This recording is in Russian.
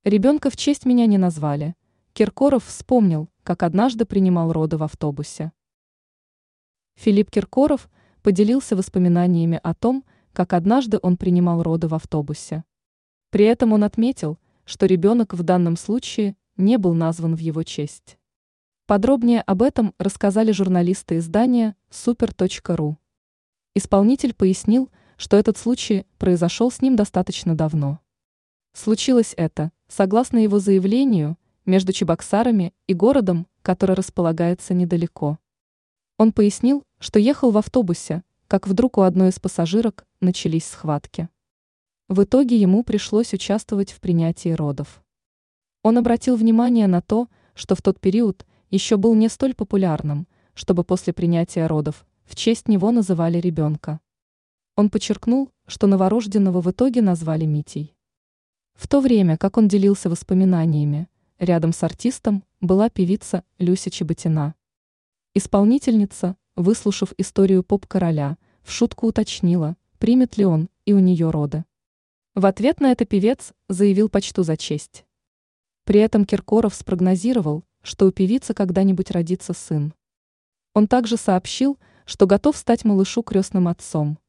Ребенка в честь меня не назвали. Киркоров вспомнил, как однажды принимал роды в автобусе. Филипп Киркоров поделился воспоминаниями о том, как однажды он принимал роды в автобусе. При этом он отметил, что ребенок в данном случае не был назван в его честь. Подробнее об этом рассказали журналисты издания super.ru. Исполнитель пояснил, что этот случай произошел с ним достаточно давно. Случилось это, согласно его заявлению, между Чебоксарами и городом, который располагается недалеко. Он пояснил, что ехал в автобусе, как вдруг у одной из пассажирок начались схватки. В итоге ему пришлось участвовать в принятии родов. Он обратил внимание на то, что в тот период еще был не столь популярным, чтобы после принятия родов в честь него называли ребенка. Он подчеркнул, что новорожденного в итоге назвали Митей. В то время, как он делился воспоминаниями, рядом с артистом была певица Люся Чеботина. Исполнительница, выслушав историю поп-короля, в шутку уточнила, примет ли он и у нее роды. В ответ на это певец заявил почту за честь. При этом Киркоров спрогнозировал, что у певицы когда-нибудь родится сын. Он также сообщил, что готов стать малышу крестным отцом.